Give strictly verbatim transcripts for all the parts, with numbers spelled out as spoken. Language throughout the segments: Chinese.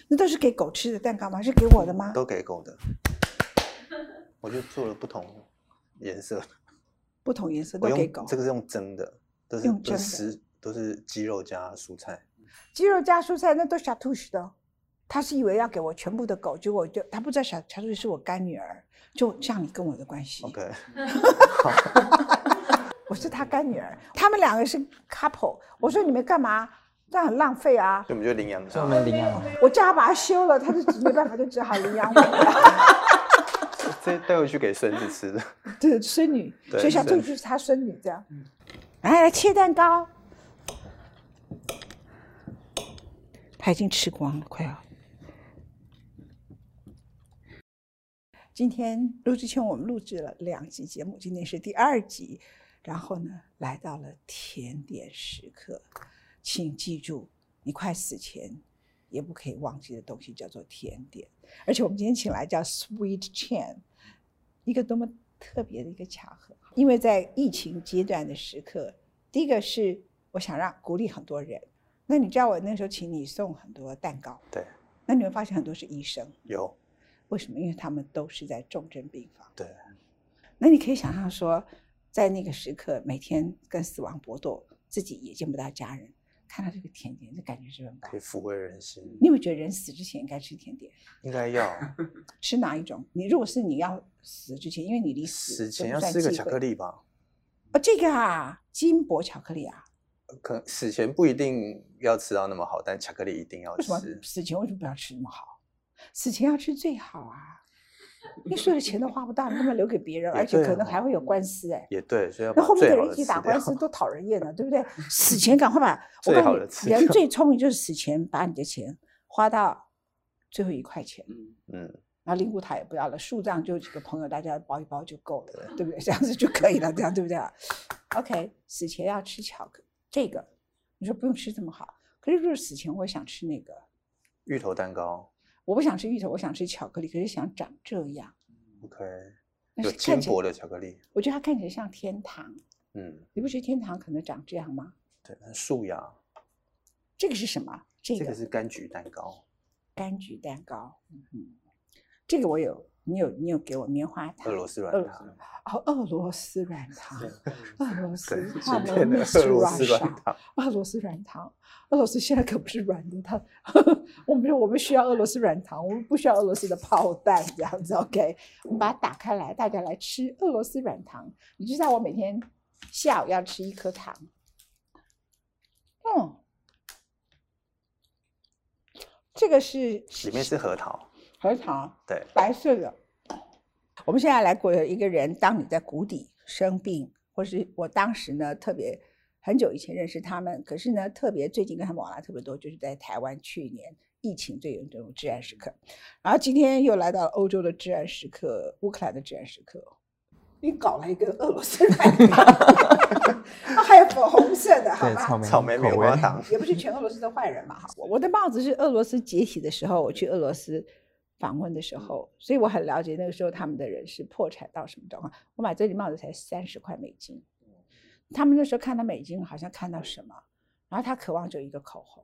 那都是给狗吃的蛋糕吗？是给我的吗？ 都给狗的。我就做了不同颜色， 不同颜色都给狗。 这个是用蒸的，都是用蒸的， 都是都是鸡肉加蔬菜。 鸡肉加蔬菜那都是小兔子的。他是以为要给我全部的狗，结果就他不知道小小兔子是我干女儿，就像你跟我的关系。 OK， 我是他干女儿，他们两个是 couple。我说你们干嘛？这样很浪费啊！ 所以我们就领养他， 所以我们领养。 我叫他把它修了，他就没办法，就只好领养我。 这带回去给孙子吃的。 对，孙女，所以小兔就是他孙女这样。来来切蛋糕，他已经吃光了，快要。今天录之前我们录制了两集节目，今天是第二集，然后呢，来到了甜点时刻。请记住，你快死前也不可以忘记的东西叫做甜点。而且我们今天请来叫 Sweet Chen， 一个多么特别的一个巧合。因为在疫情阶段的时刻，第一个是我想让鼓励很多人。那你知道我那时候请你送很多蛋糕， 对， 那你会发现很多是医生。 有。 为什么？因为他们都是在重症病房。 对。 那你可以想象说，在那个时刻，每天跟死亡搏斗，自己也见不到家人，看到这个甜点，这感觉是很棒， 可以抚慰人心。 你有没有觉得人死之前应该吃甜点？ 应该要。 吃哪一种？你如果是你要死之前，因为你离死死前要吃个巧克力吧？ 哦，这个啊，金箔巧克力啊。 可能死前不一定要吃到那么好，但巧克力一定要吃。 为什么死前为什么不要吃那么好？死前要吃最好啊！你所有的钱都花不到，你根本留给别人，而且可能还会有官司哎、欸。 也对，所以要那后面的人的一起打官司都讨人厌了，对不对？死前赶快把最好的吃掉。 人最聪明就是死前把你的钱花到最后一块钱，嗯，然后灵骨塔也不要了，树葬就几个朋友大家包一包就够了，对不对？这样子就可以了，这样对不对 ？OK， 死前要吃巧克力，这个你说不用吃这么好，可是如果死前我想吃那个芋头蛋糕。 我不想吃芋头，我想吃巧克力，可是想长这样。 OK， 有金箔的巧克力， 我觉得它看起来像天堂。 嗯， 你不觉得天堂可能长这样吗？ 对，树芽。 这个是什么？这个这个是柑橘蛋糕。 柑橘蛋糕，嗯，这个我有，你有，你有给我棉花糖， 俄罗斯软糖。 哦，俄罗斯软糖，俄罗斯， 今天的俄罗斯软糖， 俄罗斯软糖，俄罗斯现在可不是软的，它，我们我们需要俄罗斯软糖，我们不需要俄罗斯的炮弹，这样子 ，OK， 我们把它打开来，大家来吃俄罗斯软糖。你知道我每天下午要吃一颗糖，嗯，这个是里面是核桃， 核桃， 对， 白色的。我们现在来过一个人，当你在谷底生病，或是我当时呢特别很久以前认识他们，可是呢特别最近跟他们往来特别多，就是在台湾去年疫情最严重的至暗时刻，然后今天又来到了欧洲的至暗时刻，乌克兰的至暗时刻。你搞了一个俄罗斯软糖，还有粉红色的，好吧？ 草莓棉花糖， 也不是全俄罗斯的坏人嘛。我的帽子是俄罗斯解体的时候，我去俄罗斯访问的时候，所以我很了解那个时候他们的人是破产到什么状况。我买这顶帽子才三十块美金，他们那时候看到美金好像看到什么，然后他渴望就一个口红，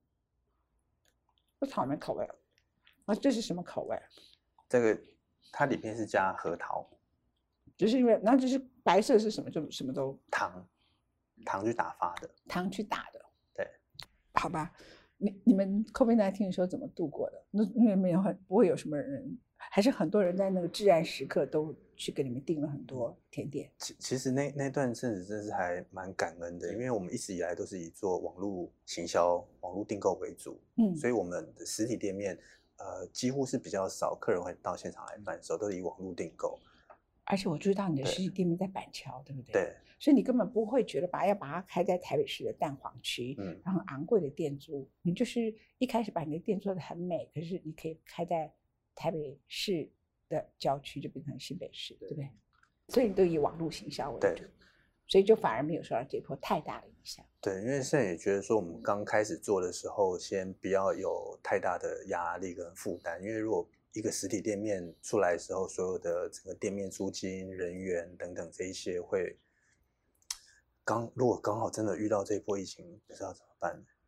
是草莓口味。啊，这是什么口味？ 这个它里面是加核桃。 就是因为那就是白色是什么就什么都糖，糖去打发的， 糖去打的， 对， 好吧。你你们 COVID 十九 的时候怎么度过的？那那没有很不会有什么人，还是很多人在那个至暗时刻都去给你们订了很多甜点。 其其实那那段阵子真是还蛮感恩的，因为我们一直以来都是以做网络行销、网络订购为主，嗯，所以我们的实体店面呃几乎是比较少客人会到现场来贩售，都是以网络订购。 而且我知道你的实体店面在板桥， 对, 对不对？ 对， 所以你根本不会觉得把要把它开在台北市的蛋黄区，嗯，然后昂贵的店租，你就是一开始把你的店做得很美，可是你可以开在台北市的郊区，就变成新北市，对不对？所以你都以网络行销为主，所以就反而没有受到这波太大的影响。 对，因为现在也觉得说，我们刚开始做的时候，先不要有太大的压力跟负担，因为如果一个实体店面出来的时候，所有的整个店面租金、人员等等这一些会刚，如果刚好真的遇到这一波疫情，不知道怎么办。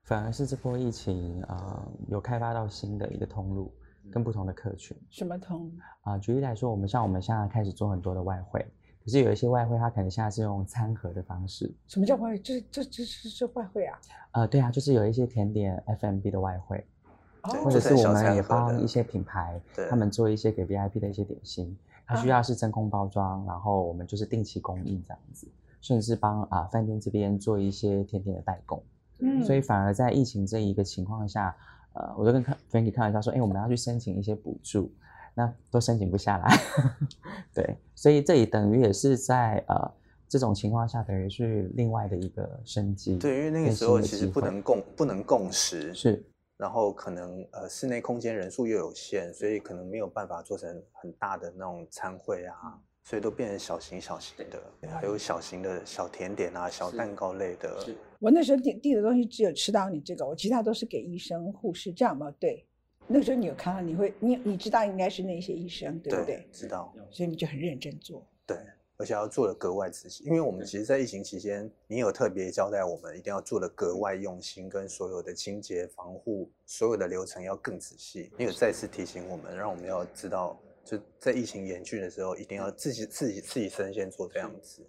反而是这波疫情啊、呃，有开发到新的一个通路跟不同的客群。 什么通路啊、呃？举例来说，我们像我们现在开始做很多的外汇，可是有一些外汇它可能现在是用餐盒的方式。 什么叫外汇？这这这这是外汇啊？ 呃，对啊，就是有一些甜点 F and B 的外汇。 哦、 或者是我们也帮一些品牌，他们做一些给 V I P 的一些点心，它需要是真空包装，然后我们就是定期供应这样子，甚至是帮啊饭店这边做一些甜点的代工。嗯，所以反而在疫情这一个情况下，呃，我就跟 Frankie 开玩笑说，哎，我们要去申请一些补助，那都申请不下来。对，所以这里等于也是在呃这种情况下，等于是另外的一个生机。 对，因为那个时候其实不能共不能共识。 是。 然后可能呃室内空间人数又有限，所以可能没有办法做成很大的那种餐会啊，嗯、所以都变成小型小型的，还有小型的小甜点啊、小蛋糕类的。 我那时候订订的东西只有吃到你这个，我其他都是给医生、护士，这样吗？对。那时候你有看到，你会你你知道应该是那些医生，对不对？ 对，知道。 所以你就很认真做。 对。而且要做的格外仔细，因为我们其实，在疫情期间，你有特别交代我们一定要做的格外用心，跟所有的清洁、防护，所有的流程要更仔细。你有再次提醒我们，让我们要知道，就在疫情严峻的时候，一定要自己自己自己身先做这样子。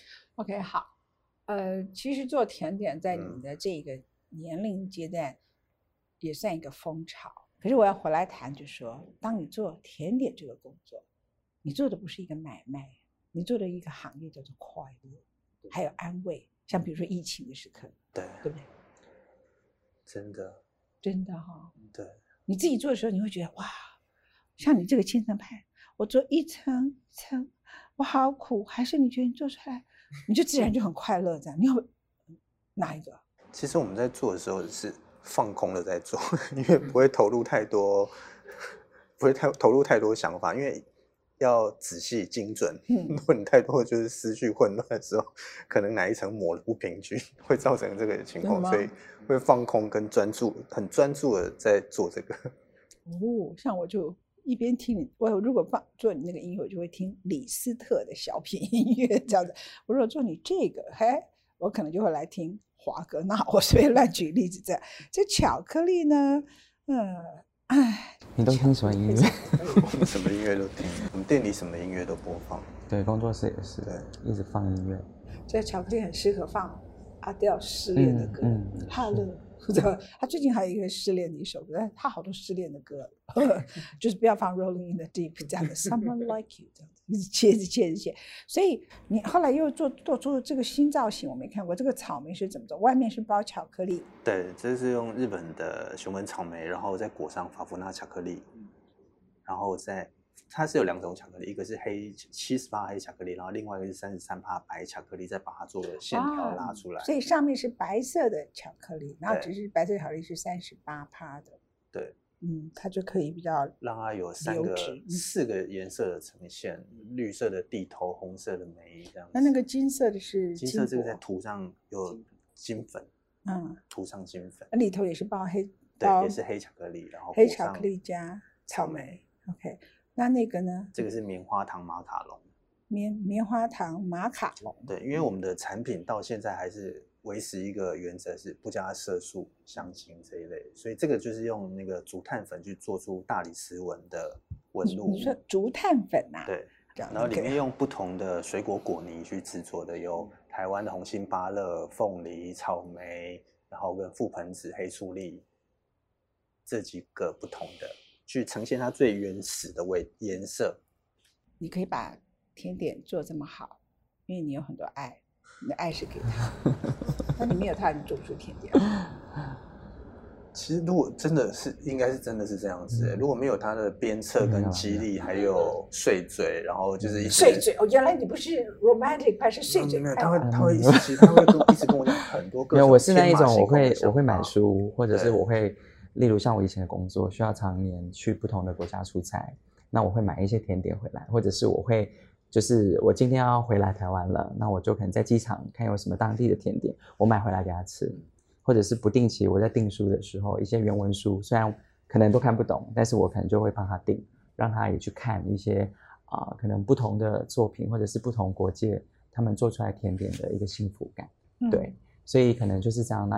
OK， 好，呃，其实做甜点在你的这个年龄阶段也算一个风潮。嗯、可是我要回来谈，就说，当你做甜点这个工作，你做的不是一个买卖。你做的一个行业叫做快乐，还有安慰，像比如说疫情的时刻， 对， 对不对？ 真的， 真的哈、哦。 对， 你自己做的时候，你会觉得哇，像你这个千层派，我做一层一层，我好苦，还是你觉得你做出来，你就自然就很快乐这样？你有哪一个？ 其实我们在做的时候是放空的在做，因为不会投入太多，不会太投入太多想法，因为。要仔细精准，如果你太多就是思绪混乱的时候，可能哪一层抹的不平均，会造成这个情况，所以会放空跟专注，很专注的在做这个。 哦，像我就一边听你，我如果放做你那个音乐，我就会听李斯特的小品音乐这样子。我如果做你这个，嘿，我可能就会来听华格纳。我随便乱举例子这样。这巧克力呢，嗯。 哎，你都听什么音乐？ 我们什么音乐都听，我们店里什么音乐都播放。 对，工作室也是，对，一直放音乐。 这巧克力很适合放阿刁失恋的歌，嗯，嗯哈勒，他最近还有一个失恋的一首歌，他好多失恋的歌，就是不要放 Rolling in the Deep 这样的 Someone Like You 这样子，一直切，一直切，一直切。所以你后来又做做出这个新造型，我没看过。这个草莓是怎么做？外面是包巧克力， 对，这是用日本的熊本草莓，然后再裹上法芙娜巧克力，然后再。它是有两种巧克力，一个是黑七十八黑巧克力，然后另外一个是三十三帕白巧克力，再把它做的线条拉出来、啊。 所以上面是白色的巧克力，然后只是白色巧克力是三十八帕的。 对， 嗯，它就可以比较让它有三个、四个颜色的呈现，绿色的地头，红色的莓这样子。 那那个金色的是金色，这个在涂上有金粉，嗯，涂上金粉， 里头也是包黑， 对，也是黑巧克力，然后黑巧克力加草莓 ，OK。那那个呢？ 这个是棉花糖马卡龙。 棉棉花糖马卡龙。 对，因为我们的产品到现在还是维持一个原则，是不加色素、香精这一类，所以这个就是用那个竹炭粉去做出大理石纹的纹路。 你说竹炭粉啊？ 对。然后里面用不同的水果果泥去制作的，有台湾的红心芭乐、凤梨、草莓，然后跟覆盆子、黑醋栗这几个不同的。去呈现它最原始的味颜色。 你可以把甜点做这么好，因为你有很多爱，你的爱是给他。那你没有他，你做不出甜点。 其实如果真的是，应该是真的是这样子、欸。如果没有他的鞭策跟激励，还有碎嘴，然后就是一碎嘴。哦，原来你不是 romantic 派，是碎嘴派。 没有，他会他会一直他会跟一直跟我讲很多个。 没有，我是那一种，我会我会买书，或者是我会。例如像我以前的工作需要常年去不同的国家出差，那我会买一些甜点回来，或者是我会就是我今天要回来台湾了，那我就可能在机场看有什么当地的甜点，我买回来给他吃，或者是不定期我在订书的时候，一些原文书虽然可能都看不懂，但是我可能就会帮他订，让他也去看一些啊、呃、可能不同的作品，或者是不同国界他们做出来甜点的一个幸福感，嗯、对，所以可能就是这样呢，因为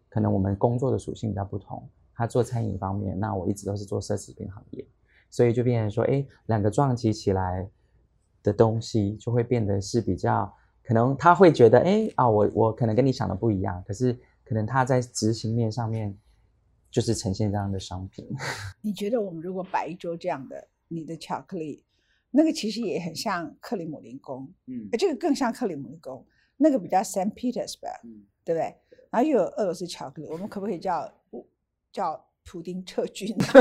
可能我们工作的属性比较不同，他做餐饮方面，那我一直都是做奢侈品行业，所以就变成说，哎，两个撞击起来的东西就会变得是比较，可能他会觉得，哎啊，我我可能跟你想的不一样，可是可能他在执行面上面就是呈现这样的商品。 你觉得我们如果摆一桌这样的你的巧克力，那个其实也很像克里姆林宫，嗯，这个更像克里姆林宫，那个比较 Saint Petersburg，嗯，对不对？然后又有俄罗斯巧克力，我们可不可以叫叫普丁撤军？你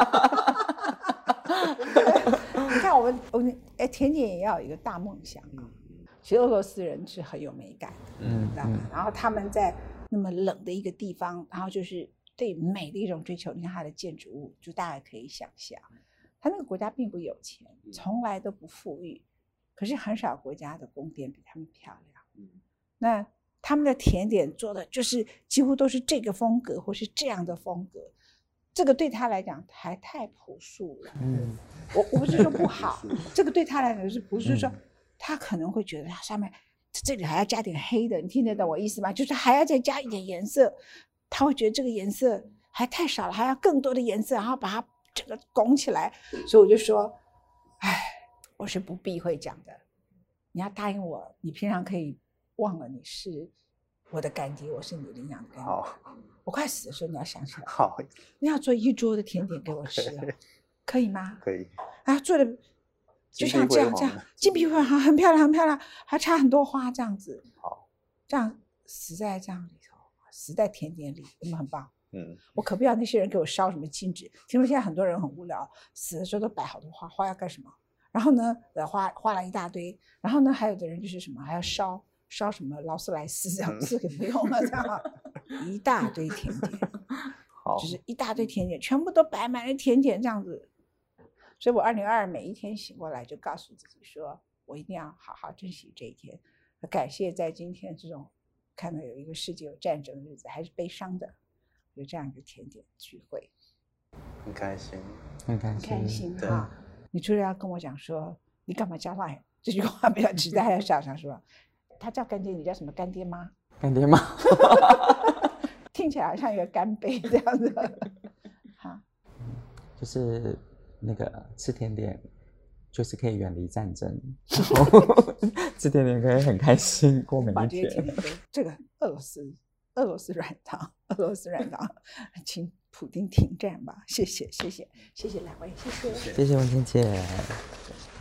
看我们我们哎，甜点也要有一个大梦想啊。其实俄罗斯人是很有美感的，嗯，知道吗？然后他们在那么冷的一个地方，然后就是对美的一种追求。你看他的建筑物，就大家可以想象，他那个国家并不有钱，从来都不富裕，可是很少国家的宫殿比他们漂亮。嗯，那他们的甜点做的就是几乎都是这个风格或是这样的风格，这个对他来讲还太朴素了。嗯，我我不是说不好，这个对他来讲是不是说他可能会觉得他上面这里还要加点黑的，你听得懂我意思吗？就是还要再加一点颜色，他会觉得这个颜色还太少了，还要更多的颜色，然后把它这个拱起来。所以我就说，哎，我是不避讳讲的，你要答应我，你平常可以忘了你是我的干爹，我是你领养的干爹。好，我快死的时候你要想起来。好，你要做一桌的甜点给我吃了，可以吗？ 可以。 啊，做的就像这样这样，金碧辉煌，很漂亮很漂亮，还插很多花这样子。好，这样死在这样里头，死在甜点里，有没有很棒？嗯，我可不要那些人给我烧什么金纸。听说现在很多人很无聊，死的时候都摆好多花，花要干什么？然后呢，花花了一大堆，然后呢，还有的人就是什么还要烧烧什么劳斯莱斯这样子，给不用了，这样一大堆甜点，好，就是一大堆甜点，全部都摆满了甜点这样子。所以我二零二二每一天醒过来就告诉自己说，我一定要好好珍惜这一天，感谢在今天这种看到有一个世界有战争的日子还是悲伤的，有这样一个甜点聚会， 很开心， 很开心， 开心哈。你除了要跟我讲说你干嘛叫赖这句话比较值得，还要想想说他叫干爹，你叫什么干爹妈？ 干爹妈， 听起来好像一个干杯这样子。好， 就是那个吃甜点，就是可以远离战争，然后吃甜点可以很开心过每一天。 把这些甜点都，这个俄罗斯俄罗斯软糖，俄罗斯软糖，请普丁停战吧！谢谢谢谢谢谢两位，谢谢谢谢文倩姐。